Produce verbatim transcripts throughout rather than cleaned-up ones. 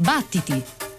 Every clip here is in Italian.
Battiti!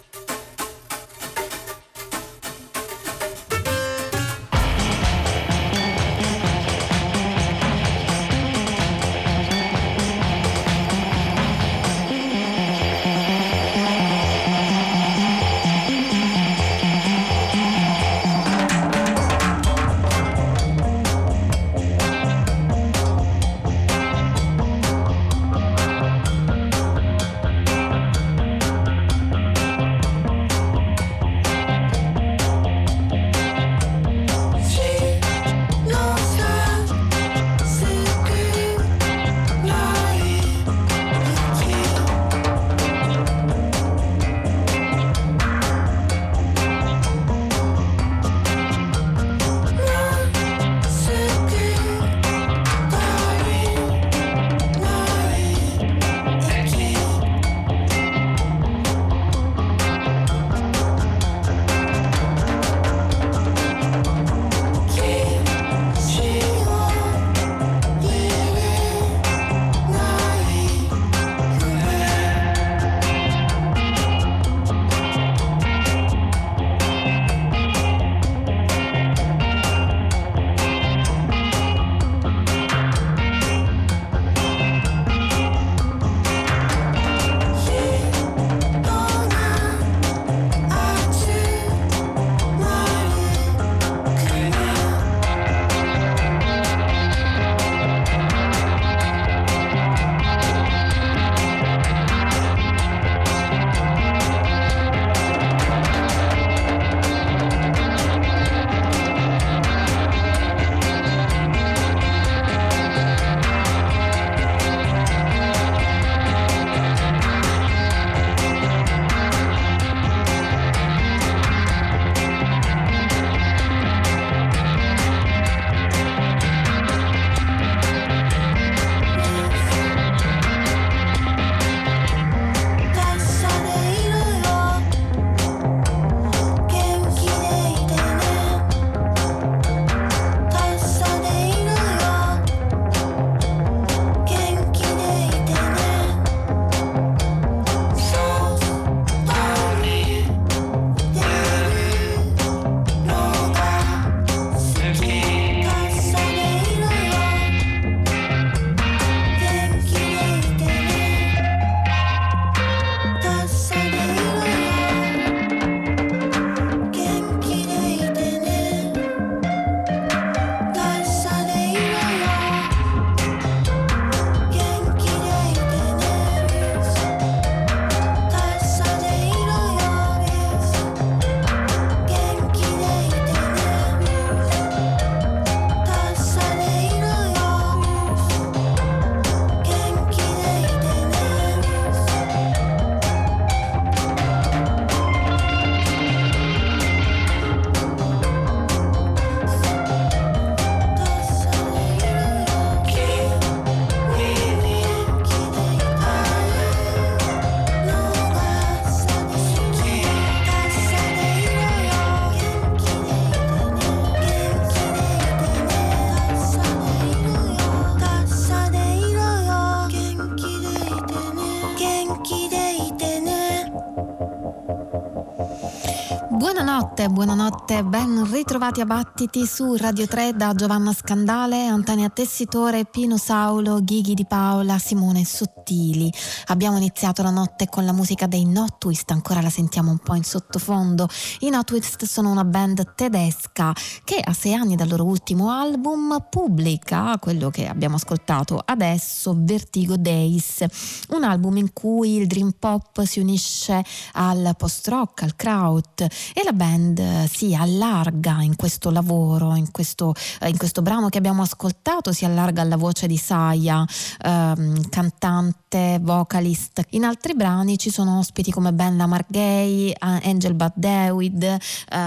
Buonanotte, buonanotte, ben ritrovati a Battiti su Radio tre da Giovanna Scandale, Antonia Tessitore, Pino Saulo, Ghighi Di Paola, Simone Sottili. Abbiamo iniziato la notte con la musica dei Notwist, ancora la sentiamo un po' in sottofondo. I Notwist sono una band tedesca che a sei anni dal loro ultimo album pubblica quello che abbiamo ascoltato adesso, Vertigo Days, un album in cui il dream pop si unisce al post-rock, al kraut, e la band si allarga in questo lavoro, in questo, in questo brano che abbiamo ascoltato, si allarga alla voce di Saya, ehm, cantante, vocalist. In altri brani ci sono ospiti come Ben Lamargay, Angel Bad David, eh,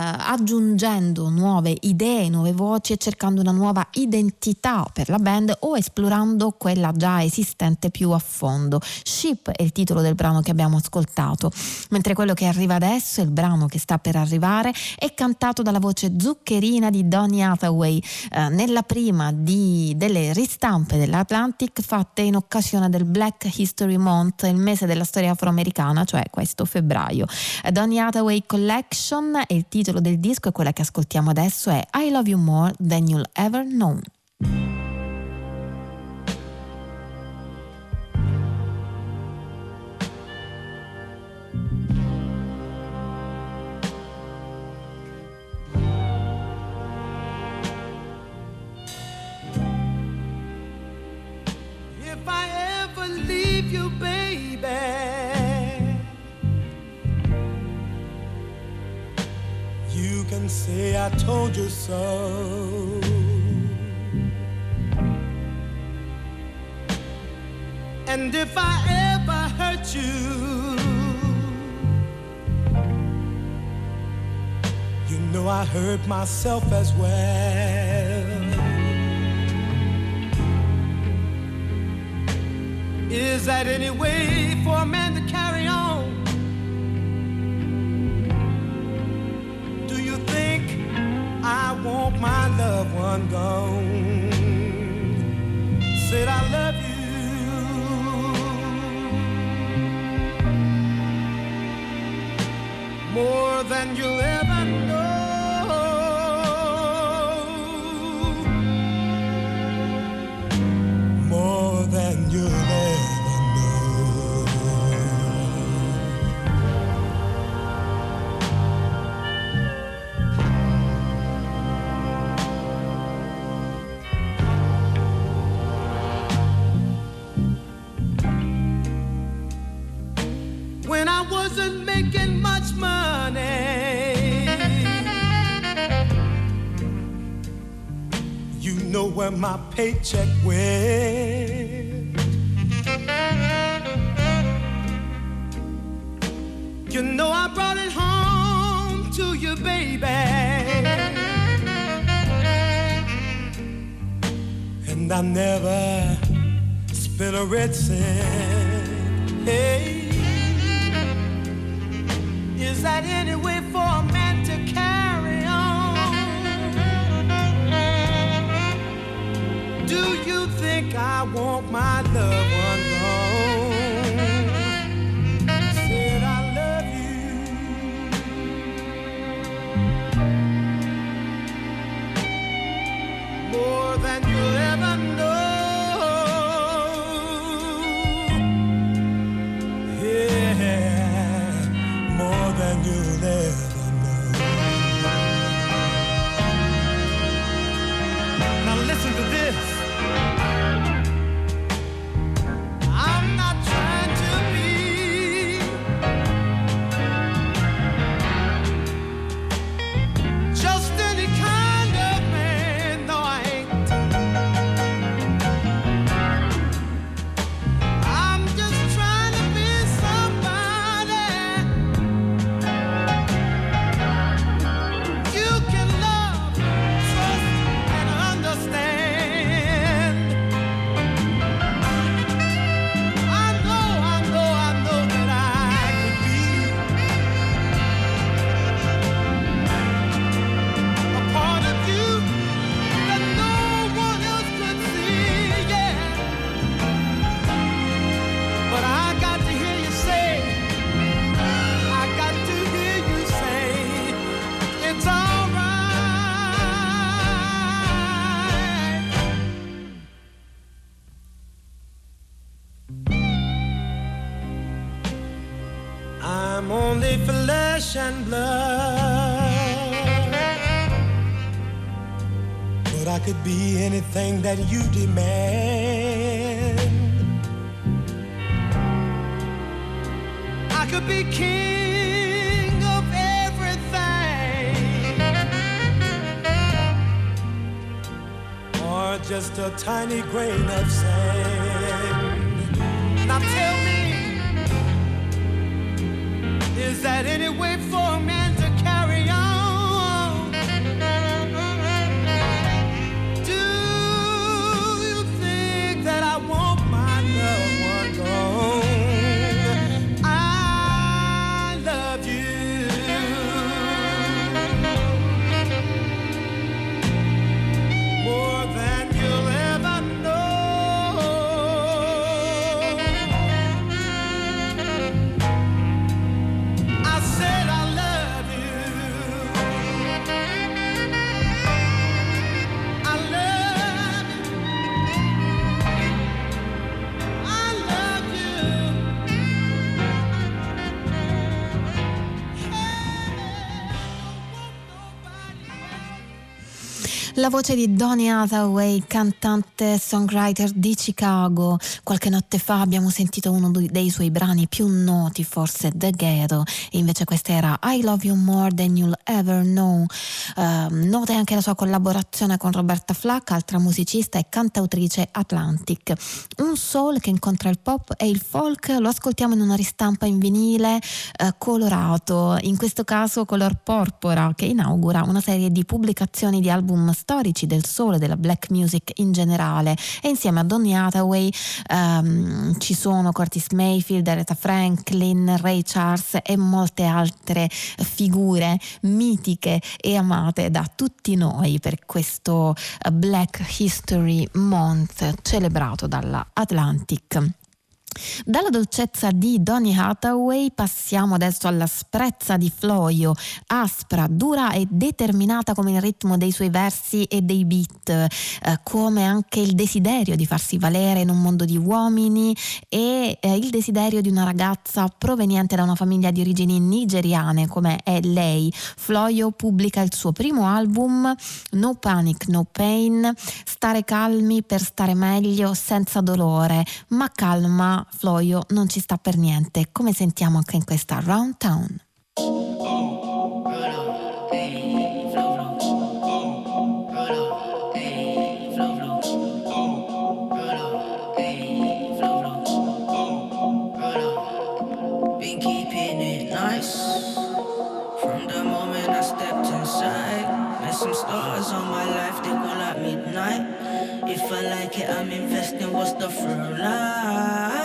aggiungendo nuove idee, nuove voci e cercando una nuova identità per la band o esplorando quella già esistente più a fondo. Ship è il titolo del brano che abbiamo ascoltato, mentre quello che arriva adesso è il brano che sta per arrivare Amore è cantato dalla voce zuccherina di Donny Hathaway eh, nella prima di, delle ristampe dell'Atlantic fatte in occasione del Black History Month, il mese della storia afroamericana, cioè questo febbraio. eh, Donny Hathaway Collection e il titolo del disco, è quella che ascoltiamo adesso, è I Love You More Than You'll Ever Know. If I ever leave you, baby, you can say I told you so. And if I ever hurt you, you know I hurt myself as well. Is that any way for a man to carry on? Do you think I want my loved one gone? Said I love you more than you'll ever know, more than you'll ever know. When I wasn't making much money, you know where my paycheck went. You know I brought it home to you, baby, and I never spent a red cent. Hey, is that any way for a man to carry on? Do you think I want my loved one gone? Said I love you more than you'll ever know. Than you'll ever know. Now listen to this. I'm not trying to be just any kind of man. No, I ain't. I'm just trying to be somebody you can love, trust, and understand. I know, I know, I know that I could be a part of you that no one else could see, yeah. But I got to hear you say, I got to hear you say, it's all right. I'm only flesh and blood, but I could be anything that you demand. I could be king of everything, or just a tiny grain of sand. Now tell me, is that any way for a man to carry on? Do you think that I want my loved one gone? I love you La voce di Donny Hathaway, cantante e songwriter di Chicago. Qualche notte fa abbiamo sentito uno dei suoi brani più noti, forse The Ghetto, e invece questa era I Love You More Than You'll Ever Know. Uh, nota anche la sua collaborazione con Roberta Flack, altra musicista e cantautrice Atlantic. Un soul che incontra il pop e il folk, lo ascoltiamo in una ristampa in vinile uh, colorato, in questo caso color porpora, che inaugura una serie di pubblicazioni di album storici del soul e della black music in generale, e insieme a Donny Hathaway um, ci sono Curtis Mayfield, Aretha Franklin, Ray Charles e molte altre figure mitiche e amate da tutti noi per questo Black History Month celebrato dalla Atlantic. Dalla dolcezza di Donny Hathaway passiamo adesso all'asprezza di Flojo, aspra, dura e determinata come il ritmo dei suoi versi e dei beat, eh, come anche il desiderio di farsi valere in un mondo di uomini e eh, il desiderio di una ragazza proveniente da una famiglia di origini nigeriane come è lei. Flojo pubblica il suo primo album No Panic No Pain, stare calmi per stare meglio senza dolore, ma calma Flojo non ci sta per niente, come sentiamo anche in questa Round Town. Been keeping it nice from the moment I stepped inside. Met some stars on my life, they go like midnight. If I like it, I'm investing. What's the through line?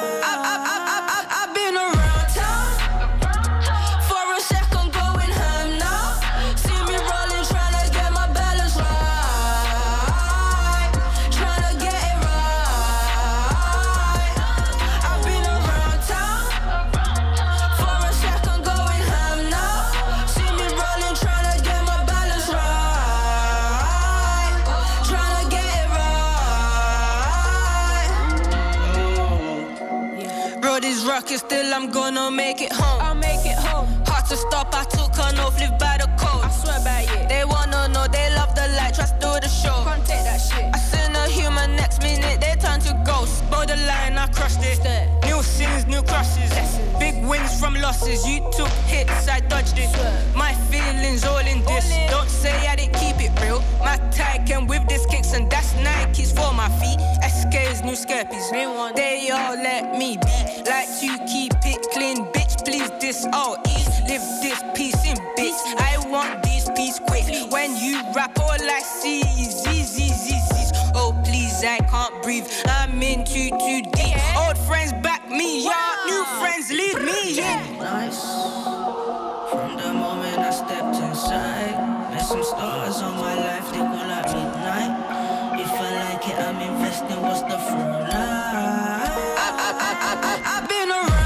Still I'm gonna make it home. I'll make it home. Hard to stop, I took an oath, live by the code. I swear by it. They wanna know, they love the light, trust do the show. Can't take that shit. I seen a human, next minute they turn to ghosts. Borderline, I crushed it. Stay. New sins, new crosses. Lessons. Big wins from losses. You took hits, I dodged it. Swear. My feelings all in this. All in. Don't say I didn't keep it real. My tie came with this kicks and that's Nikes for my feet. S Ks, new Skerpies. They all let me be. Like to keep it clean, bitch, please this all ease. Live this peace in bits. I want this peace quick. When you rap all I see is easy, easy, easy. Oh please, I can't breathe. I'm in too, too deep. Old friends back me up, new friends leave me in. Nice. From the moment I stepped inside, met some stars on my life, they go like midnight. If I like it, I'm investing. What's the through line? I, I, I, I, I, I've been around.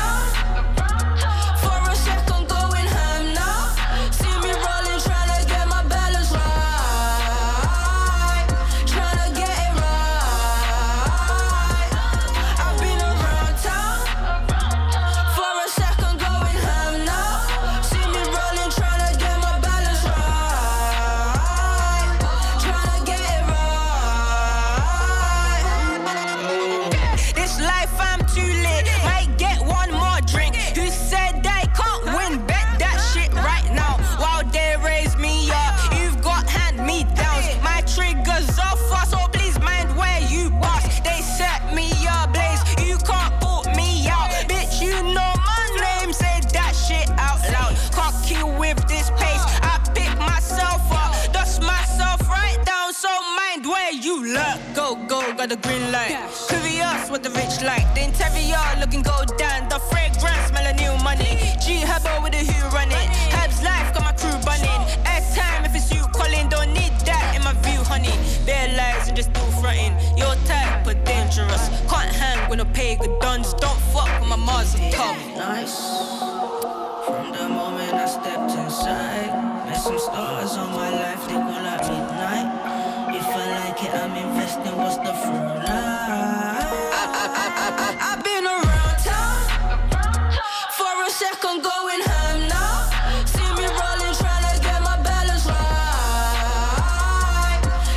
Got the green light. Curious what the rich like. The interior looking gold down. The fragrance smell of new money. G Herbo with the who running. Herb's life got my crew running. Airtime if it's you calling. Don't need that in my view, honey. Bare lies and just do fronting. Your type are dangerous. Can't hang with no pagan dons. Don't fuck with my Mars and Tom. Nice. From the moment I stepped inside, met some stars on my life. They go like midnight. If I like it, I'm investing. What's the through line? I, I, I, I, I, I've been around town for a second, going home now. See me rolling, trying to get my balance right.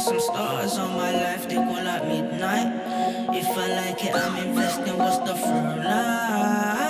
some stars on my life, they go like midnight. If I like it, I'm investing, what's the firm line?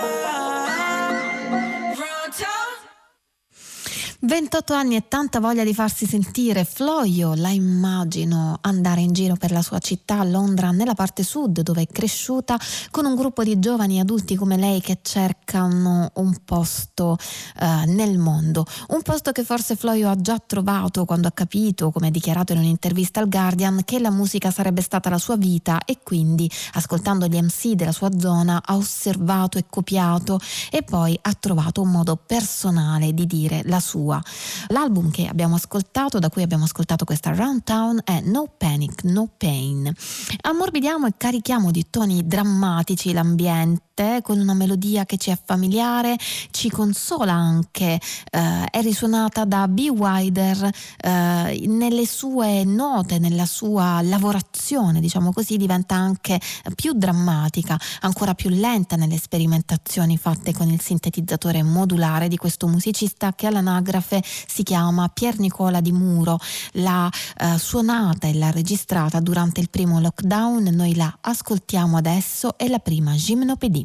Round town. ventotto anni e tanta voglia di farsi sentire. Floio la immagino andare in giro per la sua città, Londra, nella parte sud dove è cresciuta, con un gruppo di giovani adulti come lei che cercano un posto eh, nel mondo, un posto che forse Floio ha già trovato quando ha capito, come ha dichiarato in un'intervista al Guardian, che la musica sarebbe stata la sua vita, e quindi, ascoltando gli M C della sua zona, ha osservato e copiato e poi ha trovato un modo personale di dire la sua. L'album che abbiamo ascoltato, da cui abbiamo ascoltato questa Round Town, è No Panic, No Pain. Ammorbidiamo e carichiamo di toni drammatici l'ambiente con una melodia che ci è familiare, ci consola anche, eh, è risuonata da B. Wider eh, nelle sue note, nella sua lavorazione, diciamo così, diventa anche più drammatica, ancora più lenta nelle sperimentazioni fatte con il sintetizzatore modulare di questo musicista che all'anagrafe si chiama Pier Nicola Di Muro. L'ha eh, suonata e l'ha registrata durante il primo lockdown, noi la ascoltiamo adesso, è la prima Gymnopédie.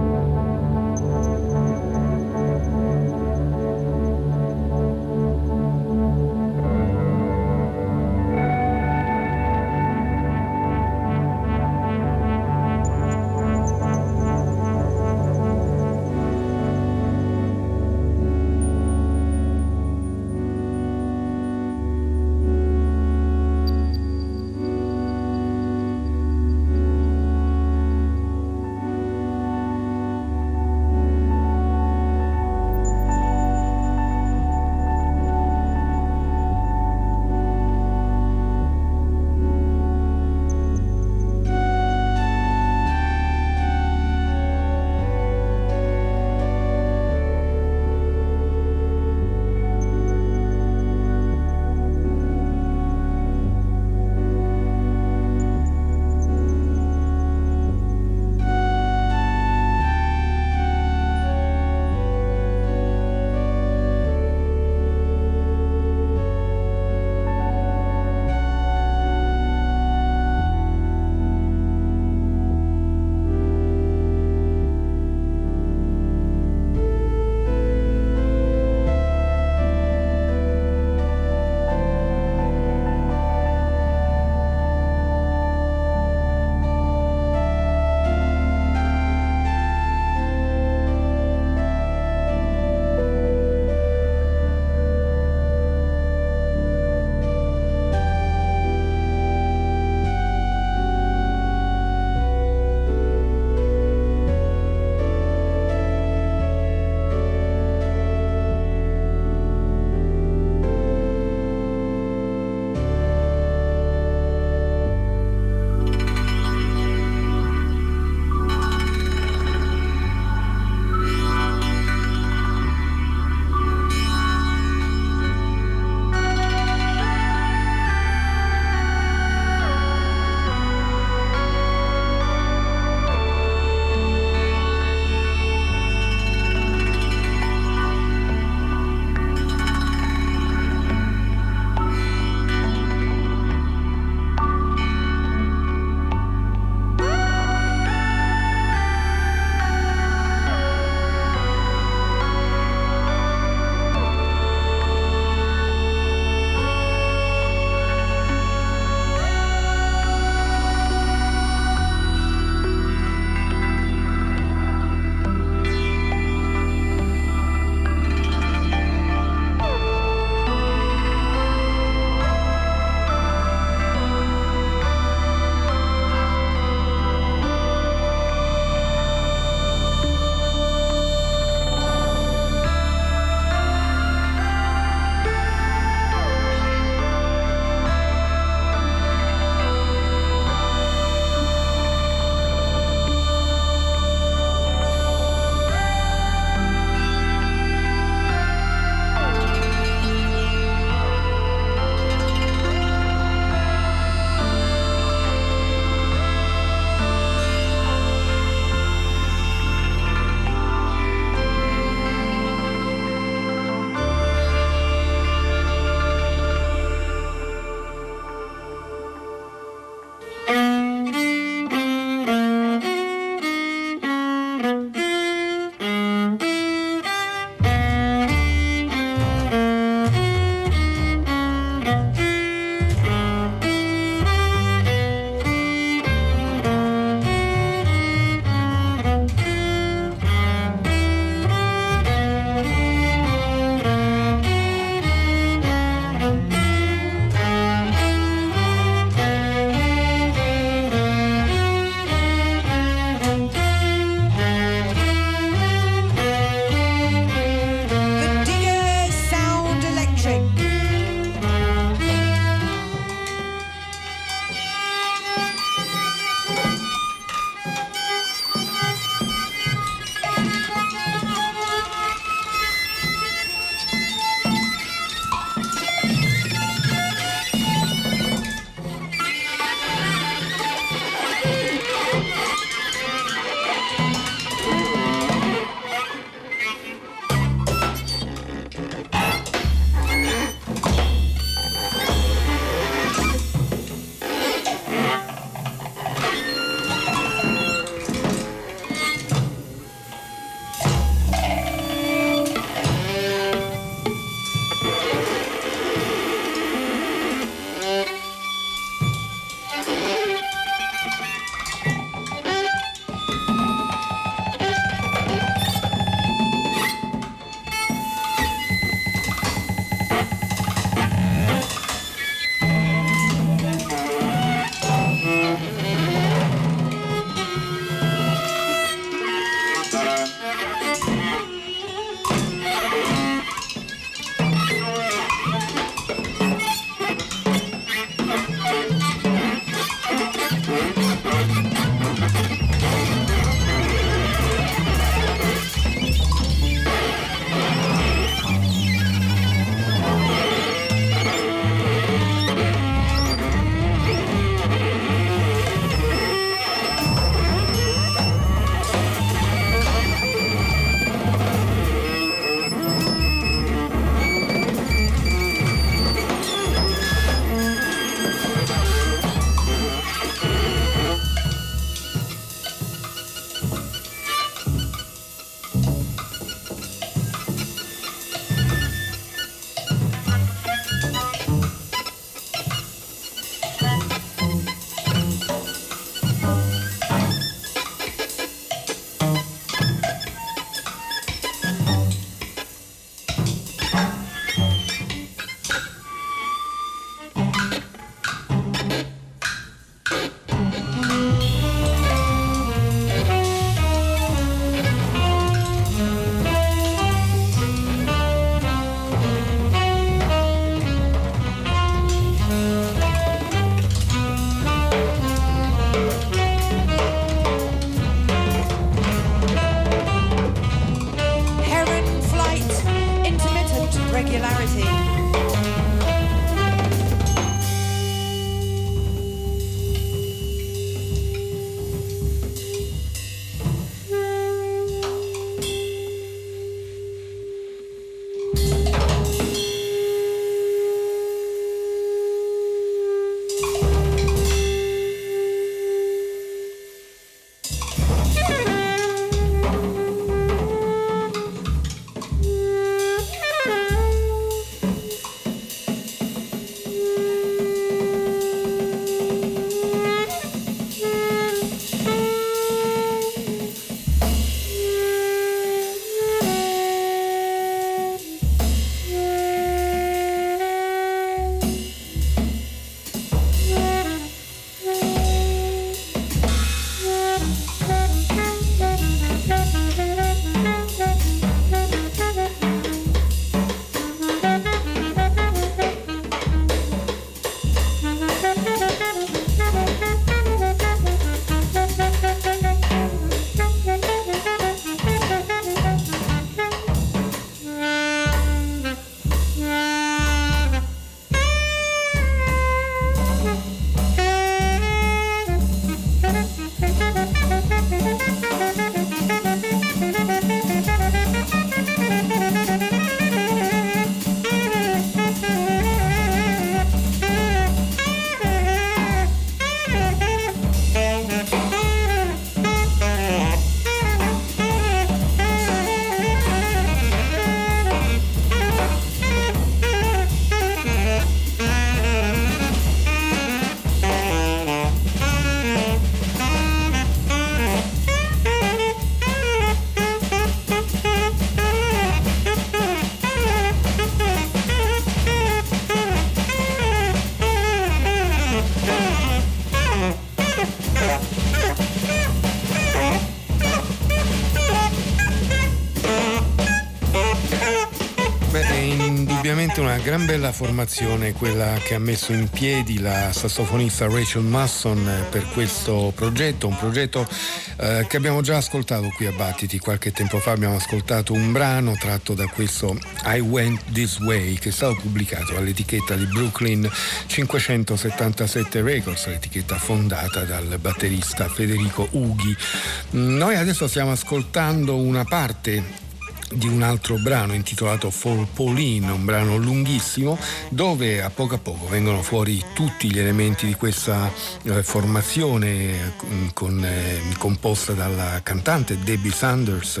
indubbiamente una gran bella formazione quella che ha messo in piedi la sassofonista Rachel Musson per questo progetto, un progetto eh, che abbiamo già ascoltato qui a Battiti. Qualche tempo fa abbiamo ascoltato un brano tratto da questo I Went This Way, che è stato pubblicato all'etichetta di Brooklyn cinquecentosettantasette Records, l'etichetta fondata dal batterista Federico Ughi. Noi adesso stiamo ascoltando una parte di un altro brano intitolato For Pauline, un brano lunghissimo dove a poco a poco vengono fuori tutti gli elementi di questa eh, formazione con, eh, composta dalla cantante Debbie Sanders,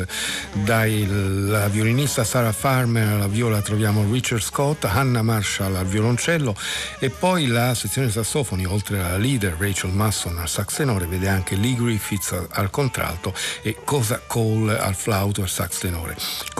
dalla violinista Sarah Farmer alla viola troviamo Richard Scott, Hannah Marshall al violoncello e poi la sezione sassofoni, oltre alla leader Rachel Musson al sax tenore, vede anche Lee Griffiths al contralto e Cosa Cole al flauto e al sax tenore.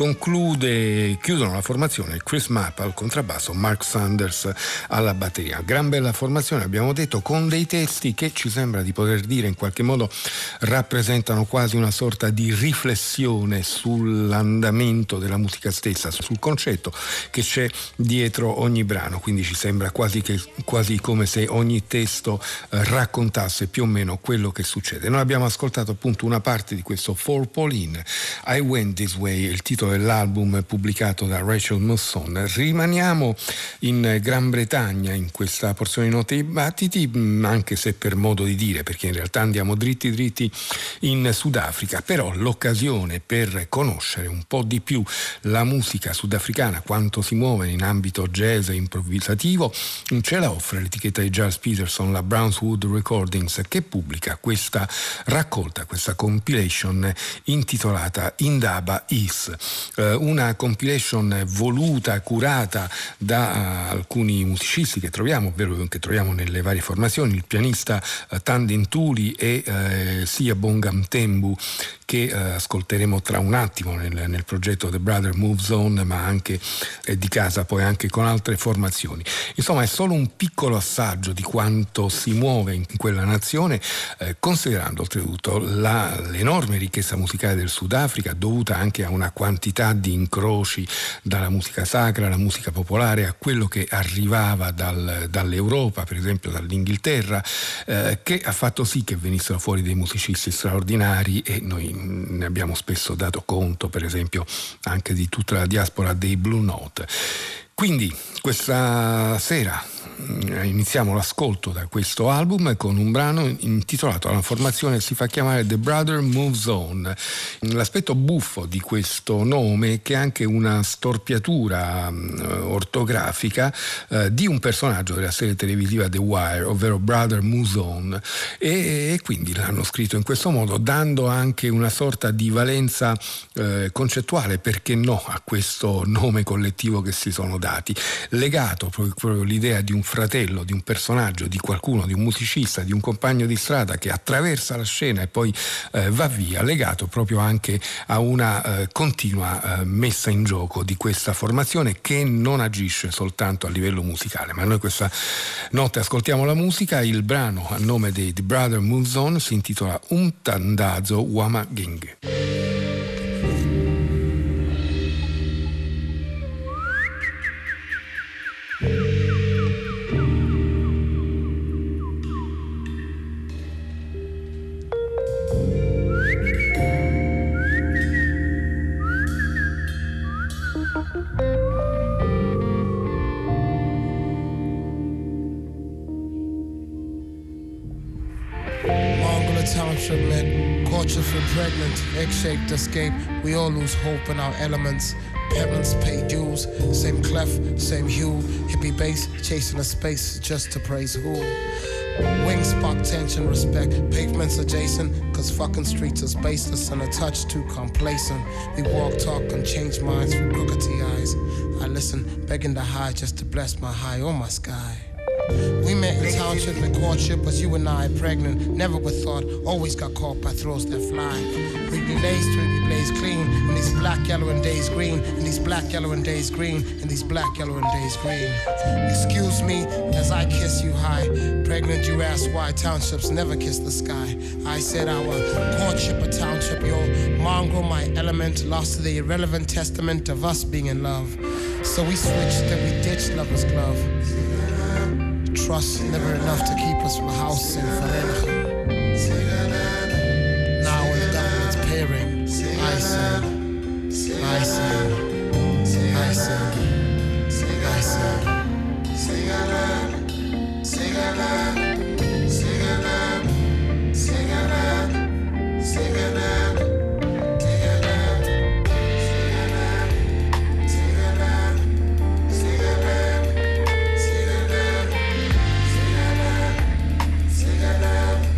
Conclude, chiudono la formazione Chris Mapp al contrabbasso, Mark Sanders alla batteria. Gran bella formazione, abbiamo detto, con dei testi che ci sembra di poter dire in qualche modo rappresentano quasi una sorta di riflessione sull'andamento della musica stessa, sul concetto che c'è dietro ogni brano, quindi ci sembra quasi, che, quasi come se ogni testo eh, raccontasse più o meno quello che succede. Noi abbiamo ascoltato appunto una parte di questo For Pauline, I Went This Way, il titolo dell'album pubblicato da Rachel Musson. Rimaniamo in Gran Bretagna in questa porzione di Note di Battiti, anche se per modo di dire, perché in realtà andiamo dritti dritti in Sudafrica, però l'occasione per conoscere un po' di più la musica sudafricana, quanto si muove in ambito jazz e improvvisativo, ce la offre l'etichetta di Giles Peterson, la Brownswood Recordings, che pubblica questa raccolta, questa compilation intitolata Indaba Is, una compilation voluta, curata da alcuni musicisti che troviamo, ovvero che troviamo nelle varie formazioni, il pianista Thandi Ntuli e eh, Sia Bongam Tembu, che eh, ascolteremo tra un attimo nel, nel progetto The Brother Moves On, ma anche eh, di casa poi anche con altre formazioni. Insomma, è solo un piccolo assaggio di quanto si muove in quella nazione, eh, considerando oltretutto la, l'enorme ricchezza musicale del Sudafrica, dovuta anche a una quantità di incroci dalla musica sacra alla musica popolare, a quello che arrivava dal, dall'Europa, per esempio dall'Inghilterra, eh, che ha fatto sì che venissero fuori dei musicisti straordinari, e noi ne abbiamo spesso dato conto, per esempio anche di tutta la diaspora dei Blue Note. Quindi questa sera iniziamo l'ascolto da questo album con un brano intitolato, la formazione si fa chiamare The Brother Moves On. L'aspetto buffo di questo nome è che è anche una storpiatura uh, ortografica uh, di un personaggio della serie televisiva The Wire, ovvero Brother Moves On, e, e quindi l'hanno scritto in questo modo, dando anche una sorta di valenza uh, concettuale, perché no, a questo nome collettivo che si sono dati, legato proprio, proprio l'idea di un fratello, di un personaggio, di qualcuno, di un musicista, di un compagno di strada che attraversa la scena e poi eh, va via, legato proprio anche a una eh, continua eh, messa in gioco di questa formazione che non agisce soltanto a livello musicale. Ma noi questa notte ascoltiamo la musica. Il brano a nome dei The Brother Moves On si intitola Umtandazo Wama Ging. Township met, culture for pregnant, egg-shaped escape. We all lose hope in our elements. Parents pay dues, same clef, same hue. Hippie bass, chasing a space just to praise who. Wings spark tension, respect, pavements adjacent. Cause fucking streets are spaceless and a touch too complacent. We walk, talk and change minds with crookedy eyes. I listen, begging to high just to bless my high or my sky. We met in township and courtship, was you and I pregnant, never with thought, always got caught by throws that fly. We be laced, we be blazed clean, in these black, yellow and days green, in these black, yellow and days green, in these black, yellow and days green. Excuse me as I kiss you high, pregnant you ask why townships never kiss the sky. I said our courtship a township, yo, mongrel my element, lost to the irrelevant testament of us being in love. So we switched, then we ditched lover's glove. Trust never enough to keep us from a house in Varenga. Now when the government's pairing, I sing, I sing, I sing, I sing. Sing along, sing along, sing along, sing along, sing along. Sing along,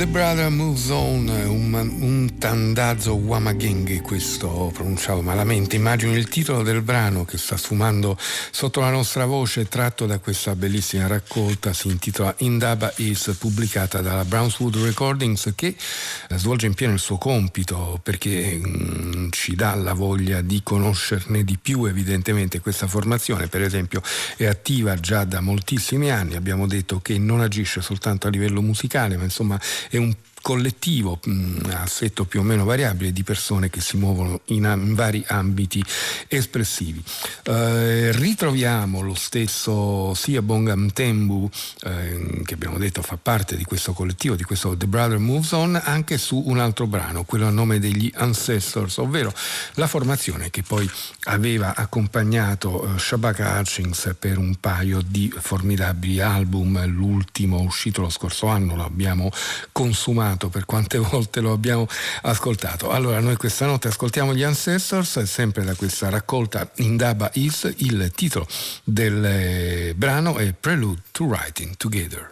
The Brother Moves On, un, un tandazzo Wamagenge, questo pronunciavo malamente, immagino il titolo del brano che sta sfumando sotto la nostra voce, tratto da questa bellissima raccolta, si intitola Indaba Is, pubblicata dalla Brownswood Recordings, che svolge in pieno il suo compito perché mh, ci dà la voglia di conoscerne di più. Evidentemente questa formazione, per esempio, è attiva già da moltissimi anni, abbiamo detto che non agisce soltanto a livello musicale, ma insomma è un collettivo a assetto più o meno variabile di persone che si muovono in, in vari ambiti espressivi. Eh, ritroviamo lo stesso Sia Bonga Mtembu, eh, che abbiamo detto fa parte di questo collettivo, di questo The Brother Moves On, anche su un altro brano, quello a nome degli Ancestors, ovvero la formazione che poi aveva accompagnato eh, Shabaka Hutchings per un paio di formidabili album. L'ultimo uscito lo scorso anno, lo abbiamo consumato per quante volte lo abbiamo ascoltato. Allora noi questa notte ascoltiamo gli Ancestors, sempre da questa raccolta Indaba Is. Il titolo del brano è Prelude to Writing Together.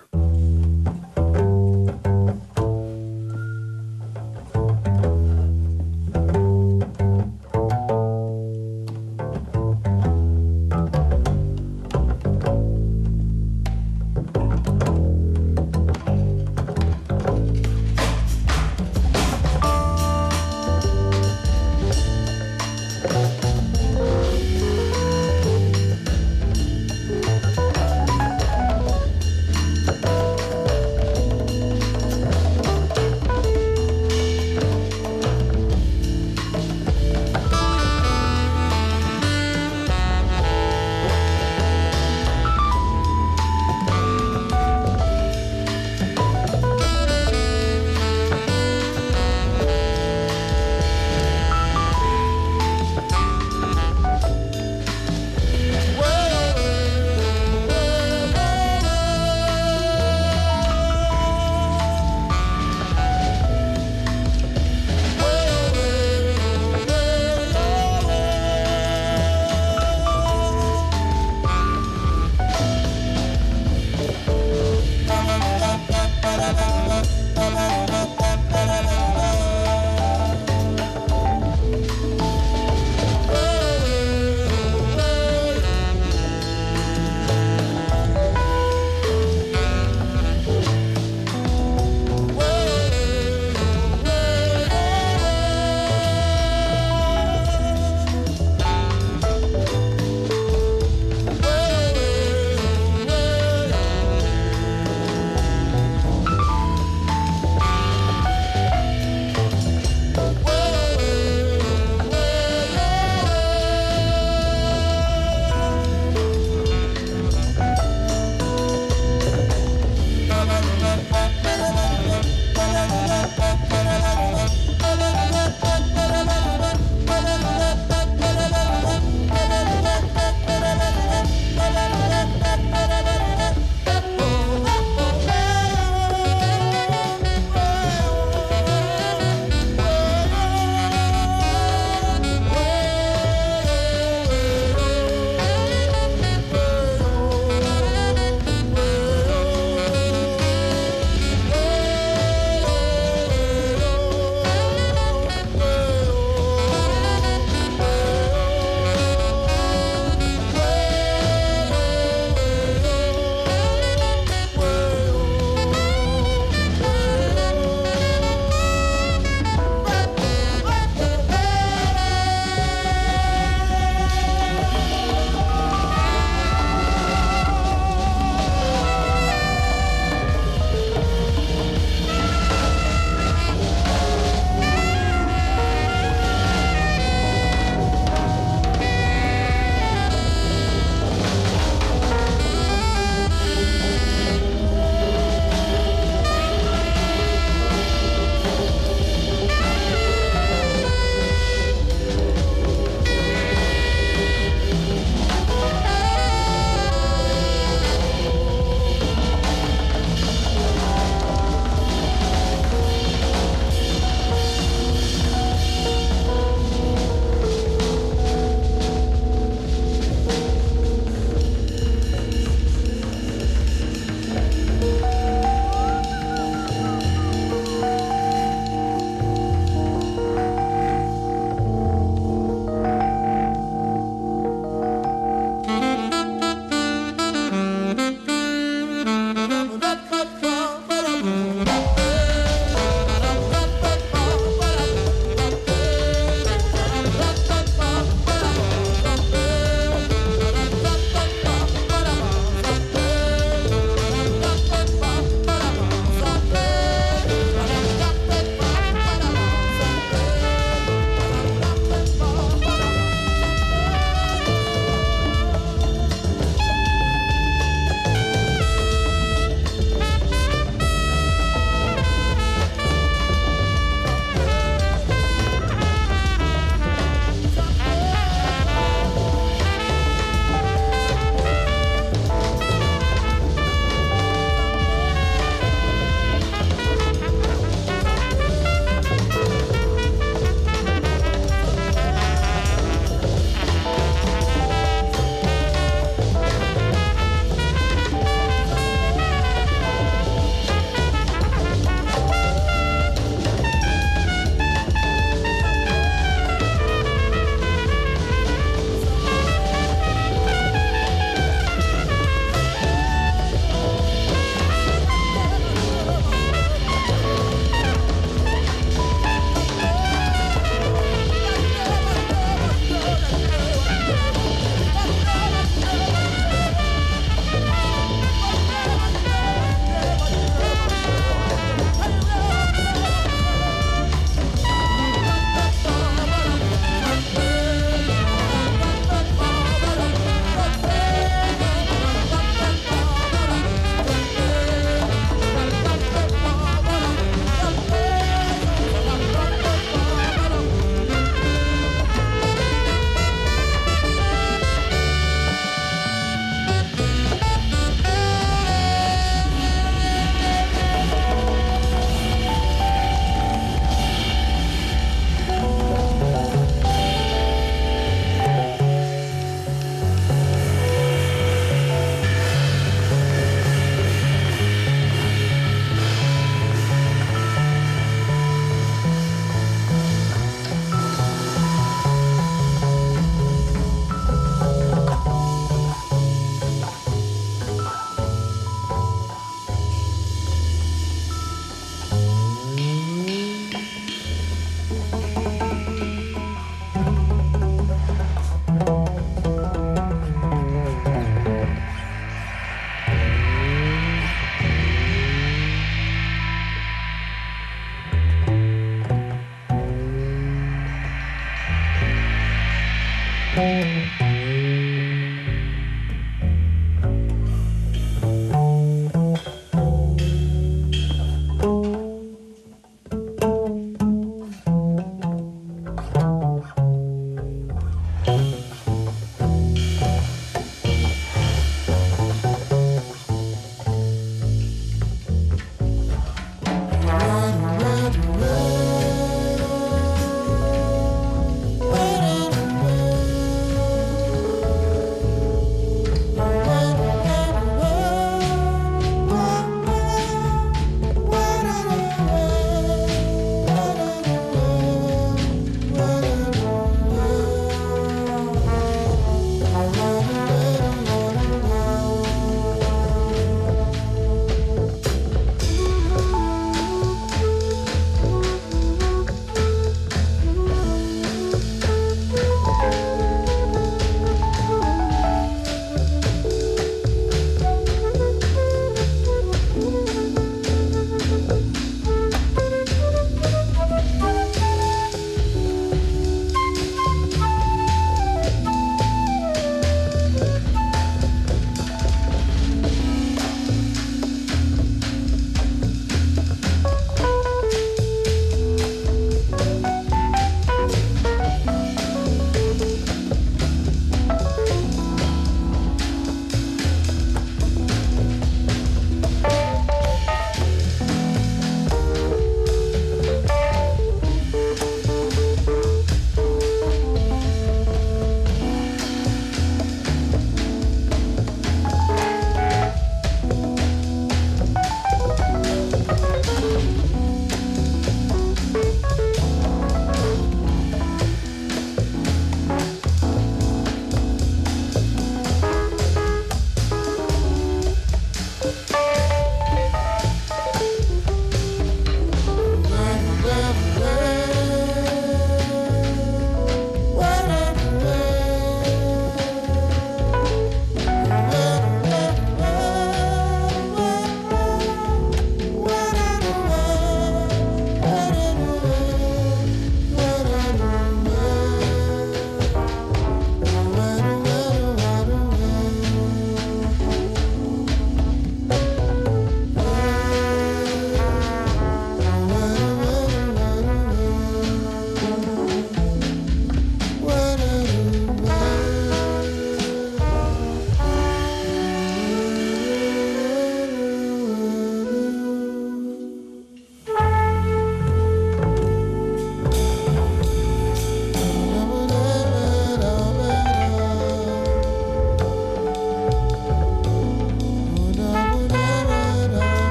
Bye.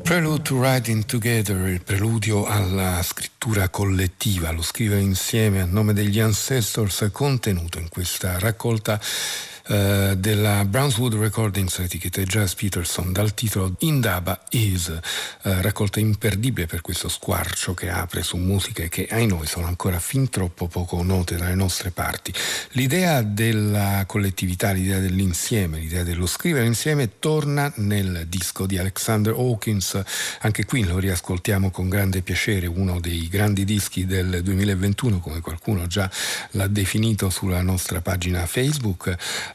Prelude to Writing Together, il preludio alla scrittura collettiva, lo scrivere insieme a nome degli Ancestors, contenuto in questa raccolta Uh, della Brownswood Recordings, etichetta Jazz Peterson, dal titolo Indaba Is, uh, raccolta imperdibile per questo squarcio che apre su musiche che ai noi sono ancora fin troppo poco note dalle nostre parti. L'idea della collettività, l'idea dell'insieme, l'idea dello scrivere insieme torna nel disco di Alexander Hawkins. Anche qui lo riascoltiamo con grande piacere, uno dei grandi dischi del duemilaventuno, come qualcuno già l'ha definito sulla nostra pagina Facebook.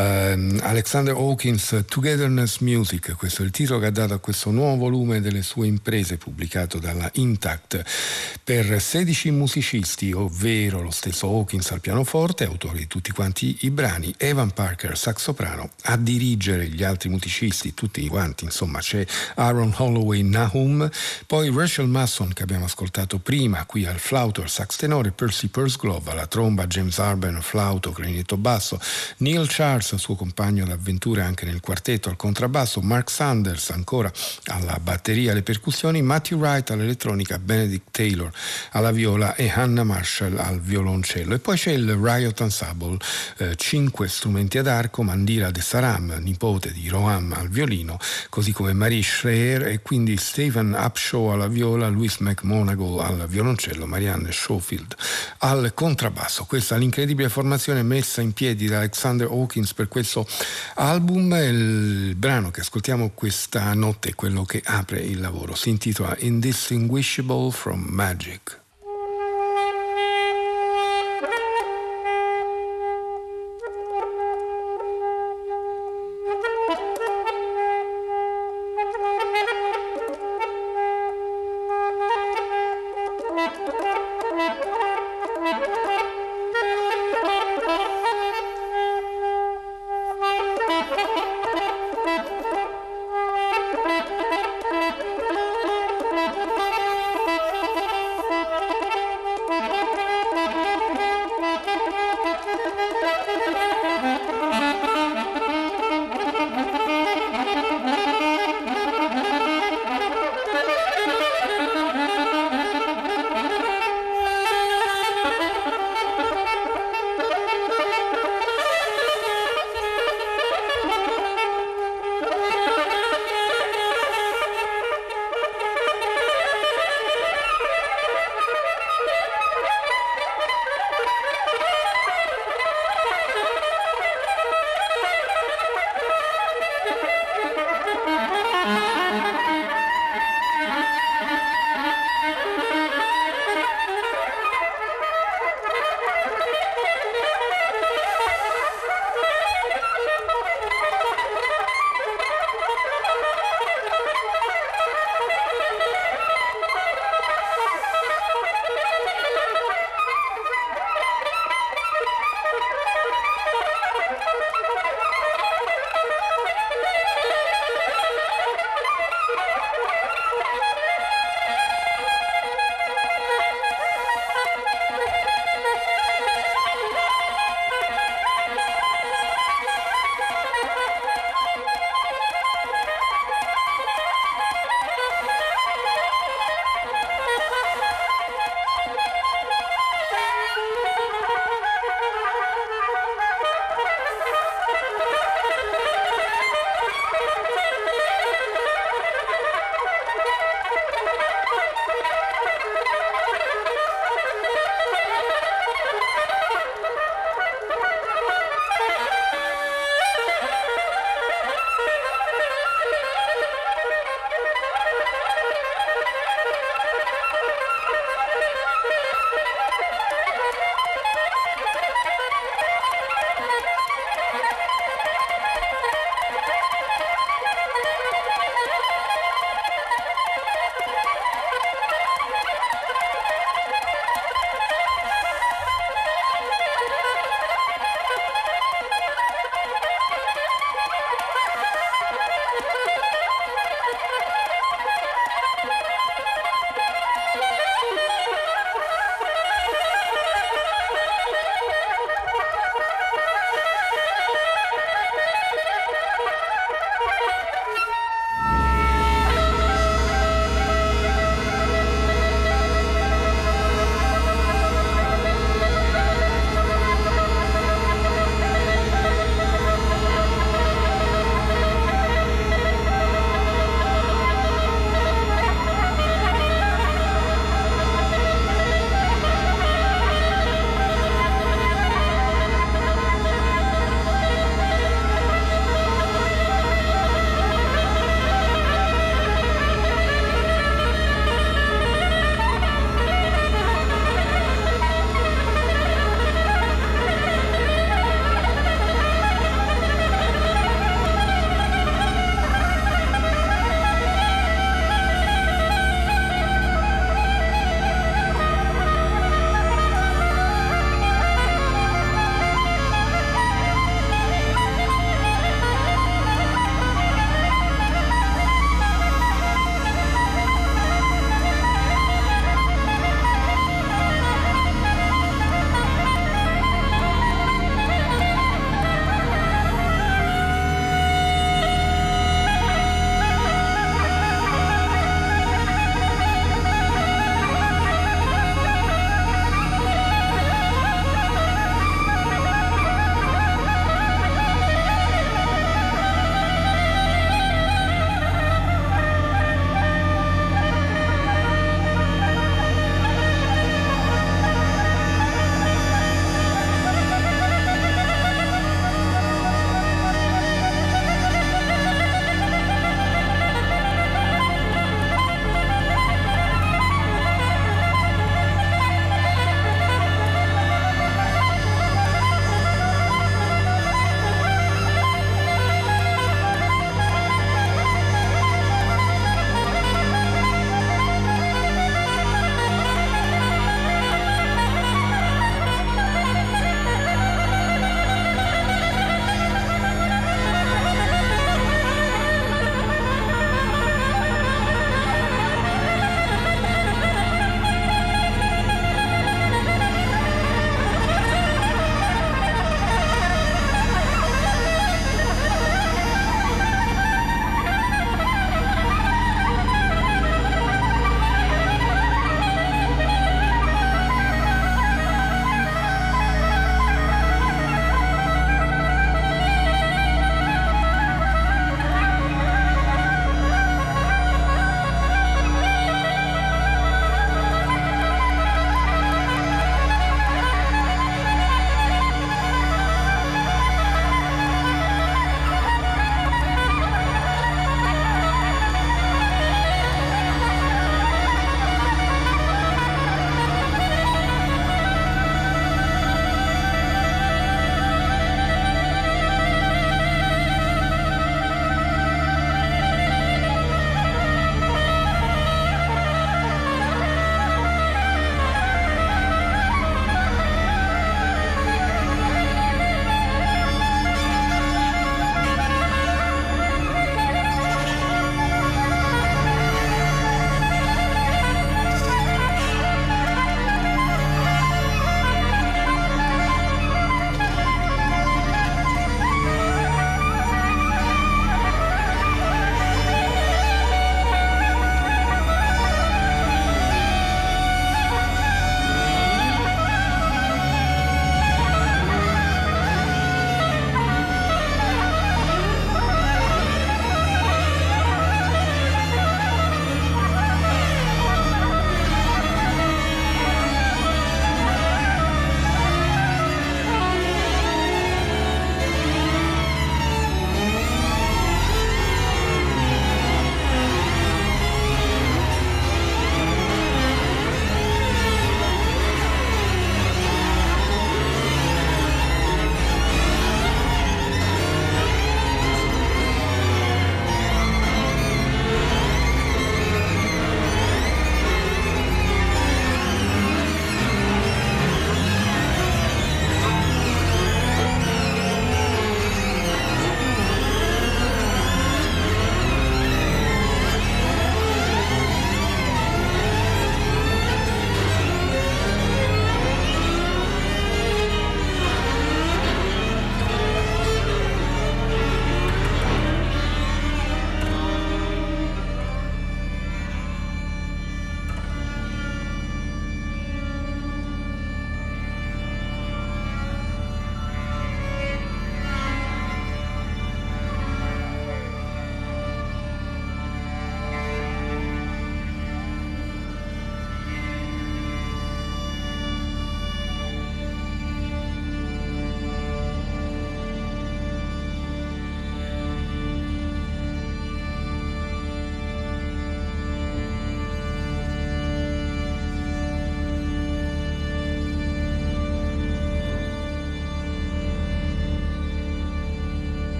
Uh, Alexander Hawkins, Togetherness Music, questo è il titolo che ha dato a questo nuovo volume delle sue imprese pubblicato dalla Intact, per sedici musicisti, ovvero lo stesso Hawkins al pianoforte, autore di tutti quanti i brani, Evan Parker sax soprano, a dirigere gli altri musicisti, tutti quanti, insomma c'è Aaron Holloway Nahum, poi Rachel Masson che abbiamo ascoltato prima qui al flauto, al sax tenore, Percy Pursglove alla tromba, James Arben flauto, clarinetto basso, Neil Charles suo compagno d'avventure anche nel quartetto al contrabbasso, Mark Sanders ancora alla batteria e alle percussioni, Matthew Wright all'elettronica, Benedict Taylor alla viola e Hannah Marshall al violoncello. E poi c'è il Riot Ensemble, eh, cinque strumenti ad arco, Mandira De Saram, nipote di Roham al violino, così come Marie Schreier e quindi Stephen Upshaw alla viola, Louis McMonagle al violoncello, Marianne Schofield al contrabbasso. Questa è l'incredibile formazione messa in piedi da Alexander Hawkins per questo album. Il brano che ascoltiamo questa notte è quello che apre il lavoro, si intitola Indistinguishable from Magic. Thank you.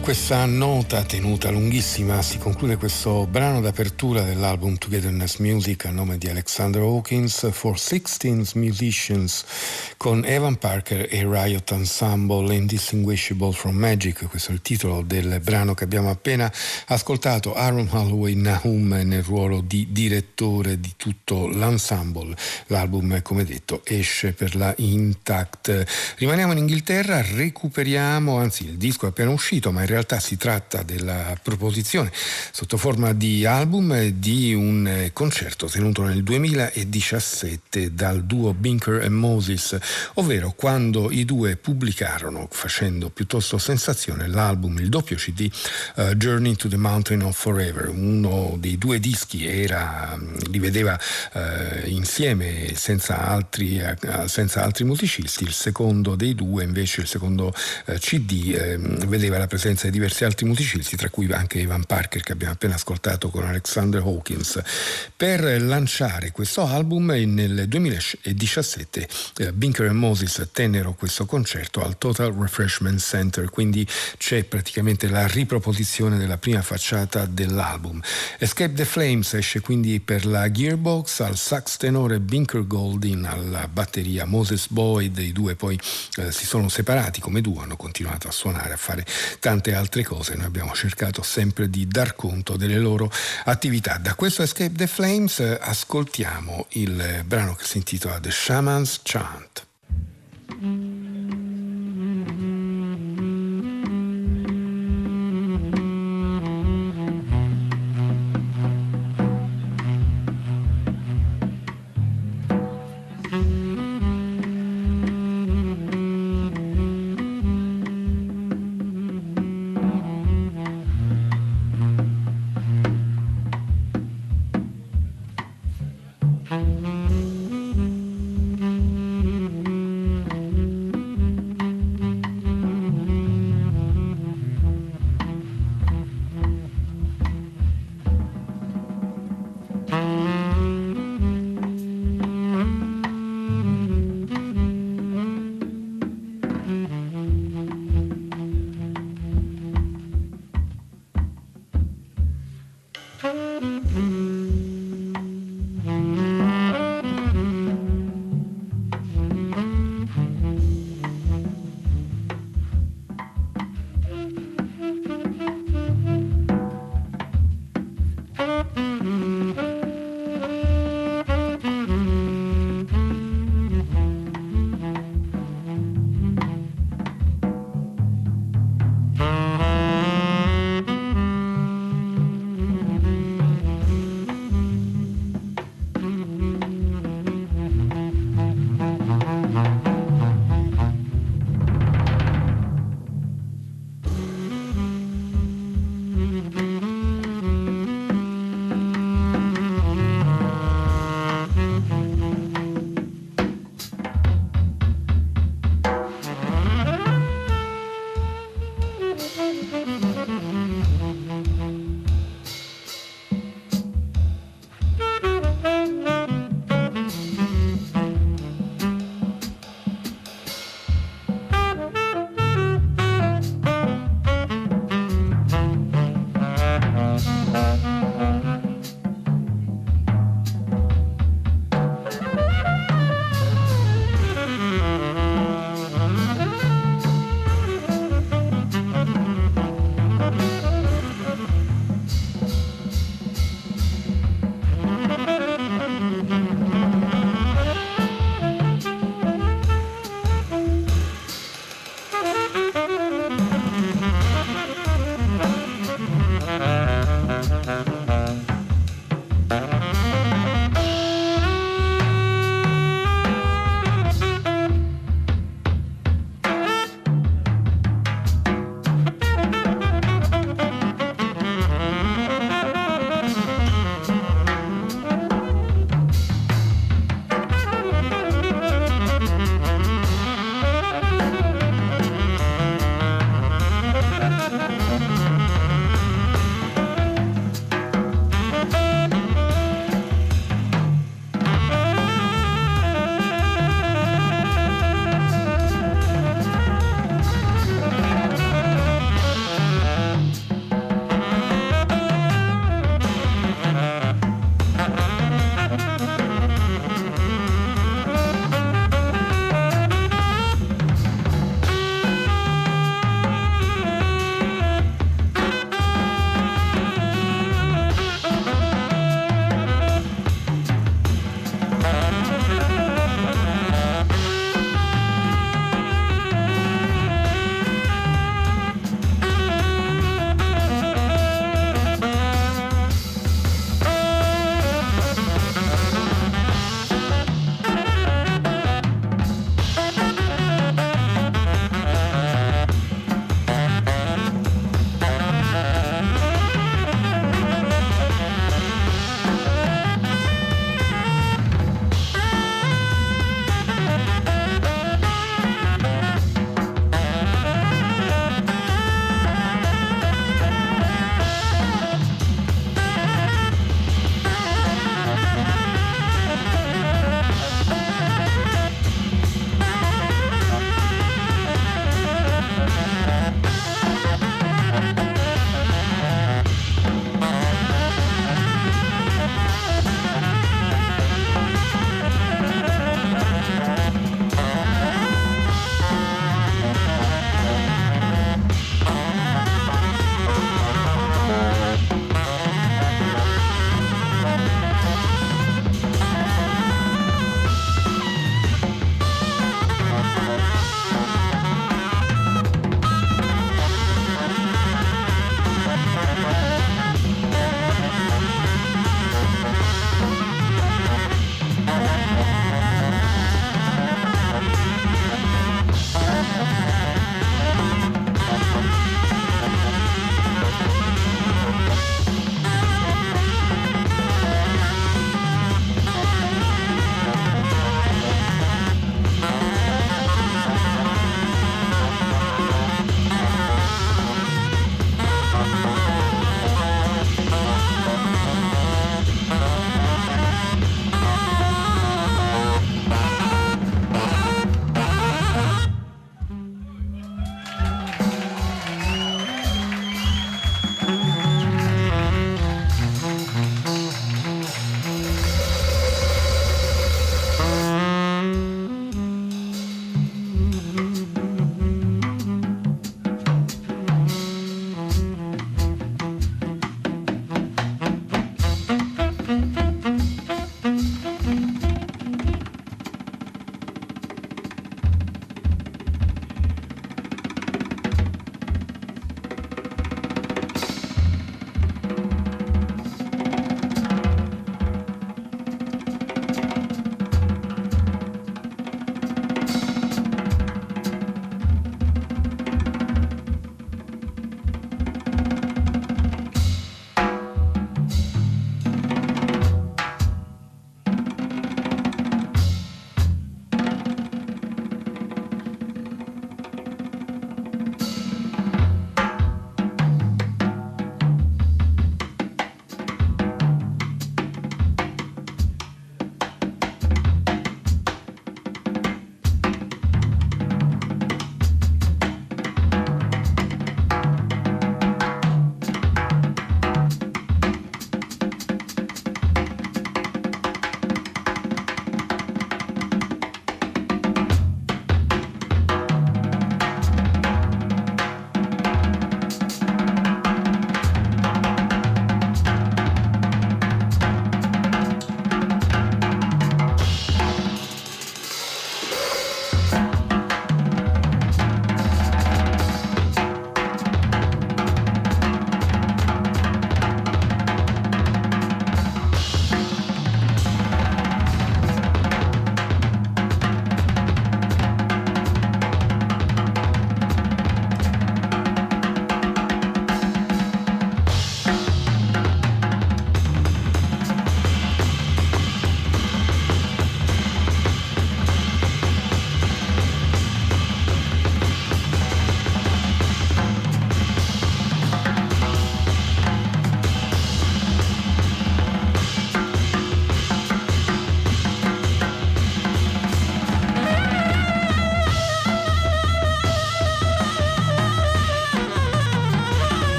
questa nota tenuta lunghissima si conclude questo brano d'apertura dell'album Togetherness Music a nome di Alexander Hawkins, For sixteen Musicians, con Evan Parker e Riot Ensemble, Indistinguishable from Magic. Questo è il titolo del brano che abbiamo appena ascoltato. Aaron Holloway Nahum nel ruolo di direttore di tutto l'ensemble. L'album, come detto, esce per la Intact. Rimaniamo in Inghilterra, recuperiamo, anzi il disco è appena uscito, ma in realtà si tratta della proposizione sotto forma di album di un concerto tenuto nel duemiladiciassette dal duo Binker e Moses, ovvero quando i due pubblicarono, facendo piuttosto sensazione, l'album, il doppio C D uh, Journey to the Mountain of Forever. Uno dei due dischi era, li vedeva uh, insieme senza altri, uh, senza altri musicisti, il secondo dei due invece, il secondo uh, C D, uh, vedeva la presenza di diversi altri musicisti, tra cui anche Evan Parker che abbiamo appena ascoltato con Alexander Hawkins. Per lanciare questo album nel duemiladiciassette eh, Binker e Moses tennero questo concerto al Total Refreshment Center, quindi c'è praticamente la riproposizione della prima facciata dell'album. Escape the Flames esce quindi per la Gearbox, al sax tenore Binker Golding, alla batteria Moses Boyd. I due poi eh, si sono separati come duo, hanno continuato a suonare, a fare tante altre cose. Noi abbiamo cercato sempre di dar conto delle loro attività. Da questo Escape the Flames eh, ascoltiamo il brano che si intitola The Shaman's Chant.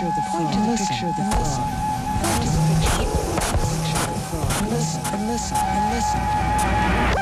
picture of the frog. Point to the picture of the frog. Point to the picture of the frog. And listen, and listen, and listen.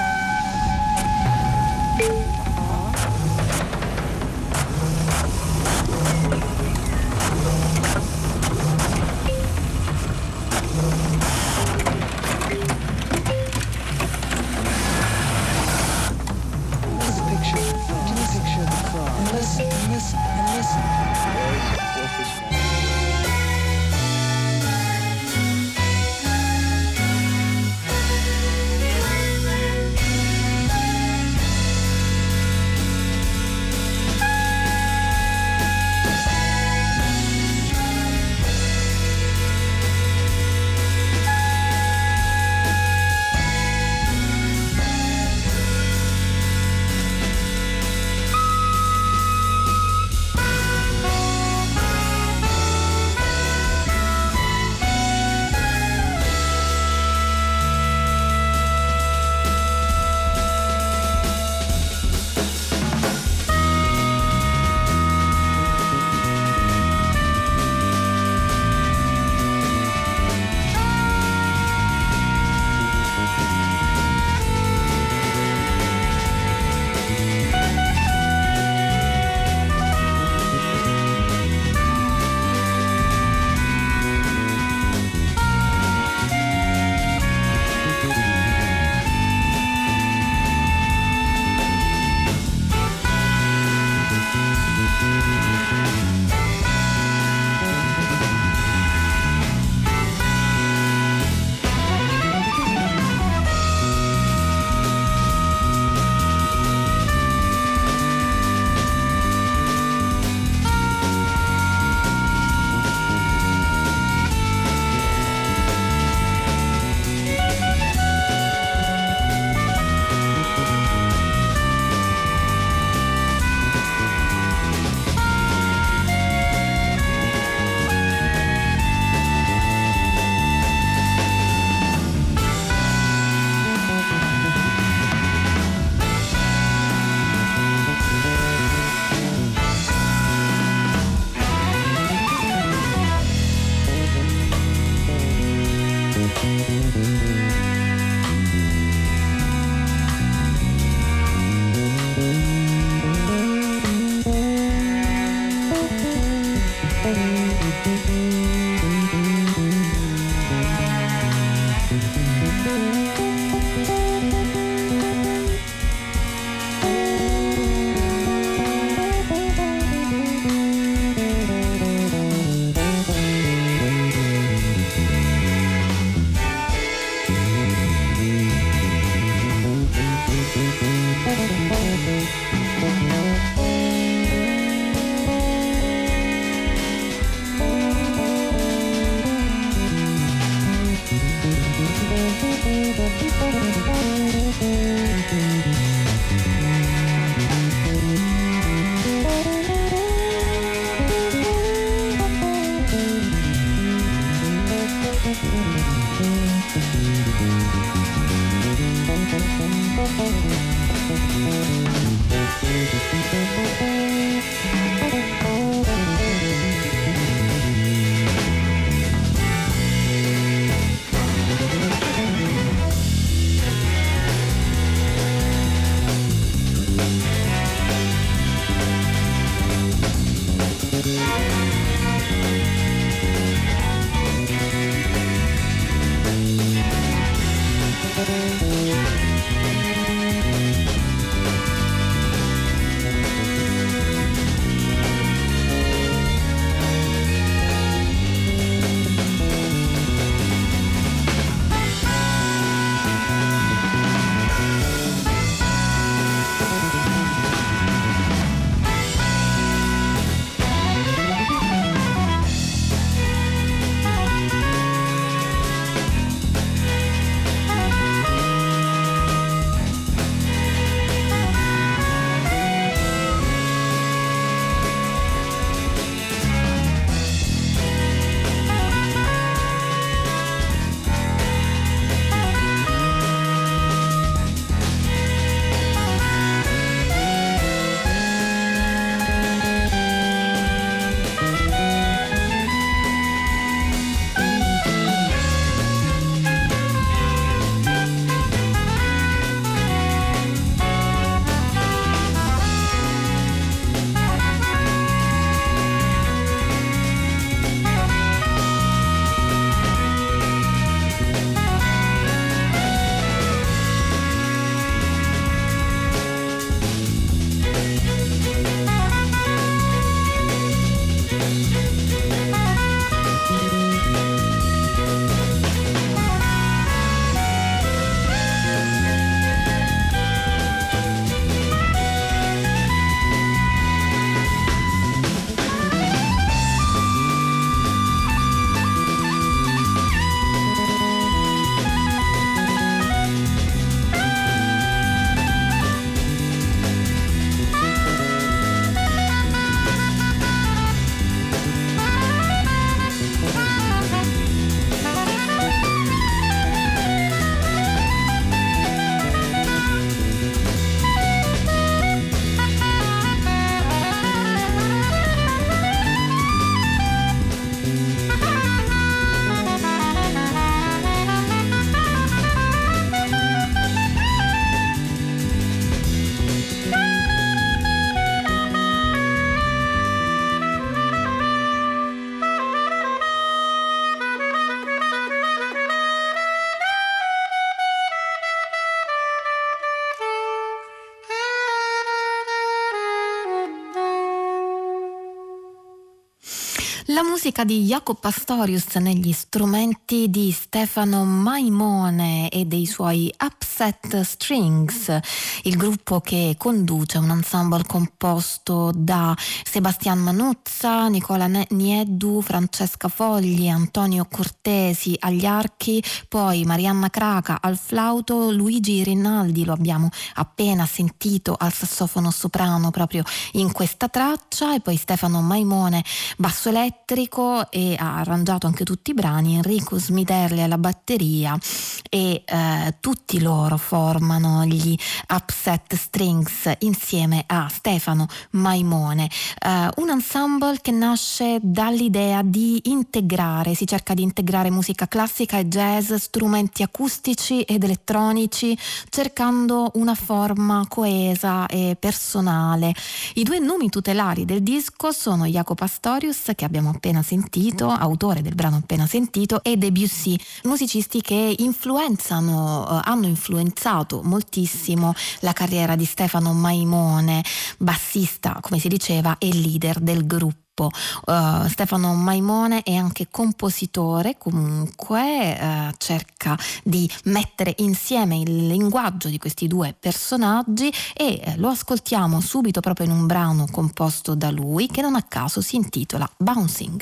La musica di Jaco Pastorius negli strumenti di Stefano Maimone e dei suoi Upset Strings, il gruppo che conduce un ensemble composto da Sebastian Manuzza, Nicola Nieddu, Francesca Fogli, Antonio Cortesi agli archi, poi Marianna Craca al flauto, Luigi Rinaldi, lo abbiamo appena sentito, al sassofono soprano proprio in questa traccia, e poi Stefano Maimone basso elettrico, e ha arrangiato anche tutti i brani, Enrico Smiterli alla batteria, e eh, tutti loro formano gli Upset Strings insieme a Stefano Maimone, eh, un ensemble che nasce dall'idea di integrare, si cerca di integrare musica classica e jazz, strumenti acustici ed elettronici, cercando una forma coesa e personale. I due nomi tutelari del disco sono Jaco Pastorius, che abbiamo appena sentito, autore del brano appena sentito, e Debussy, musicisti che influenzano, eh, hanno influenzato moltissimo la carriera di Stefano Maimone, bassista, come si diceva, e leader del gruppo. Uh, Stefano Maimone è anche compositore, comunque uh, cerca di mettere insieme il linguaggio di questi due personaggi, e uh, lo ascoltiamo subito proprio in un brano composto da lui, che non a caso si intitola Bouncing.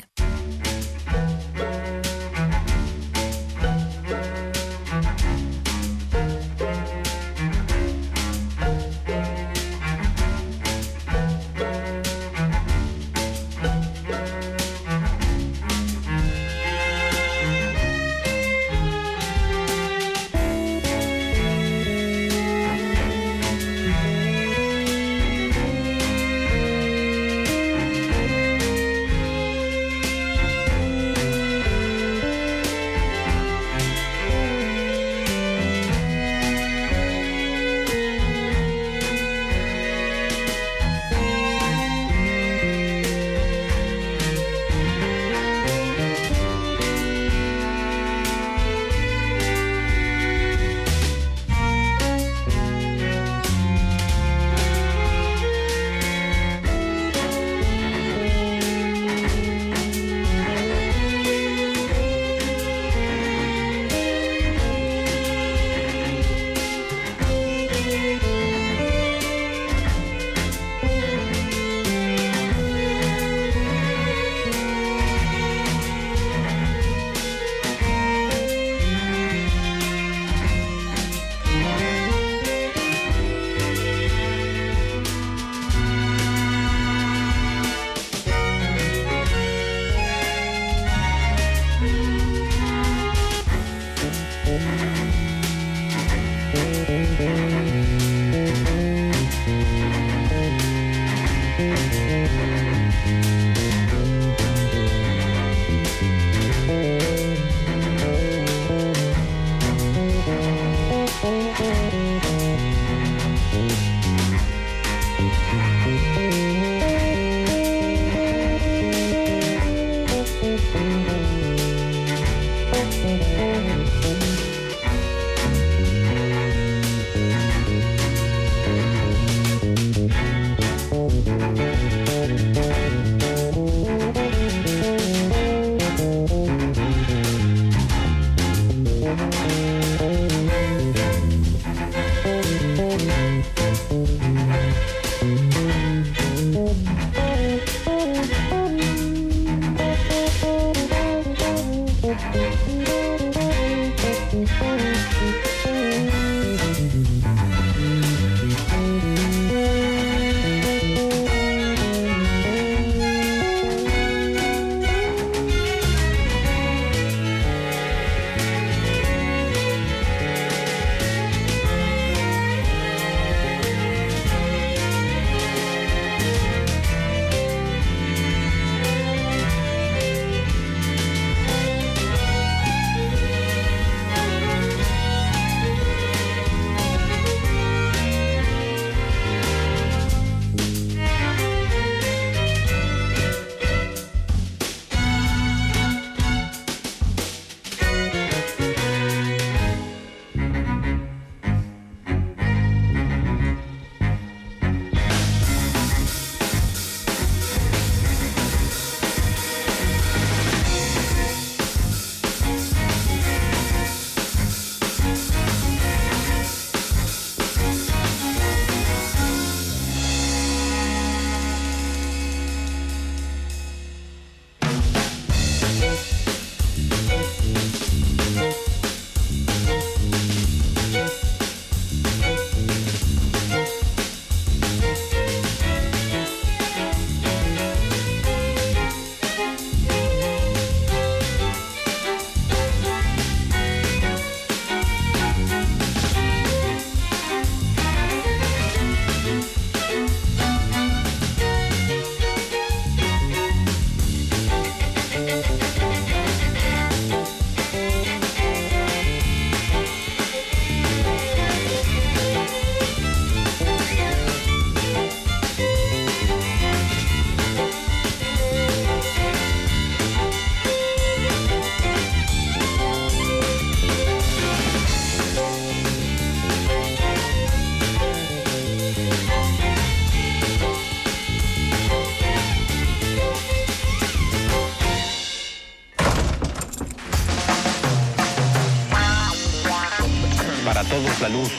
todos la luz.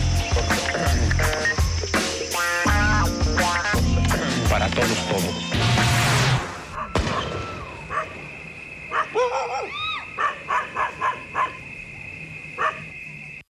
Para todos todo.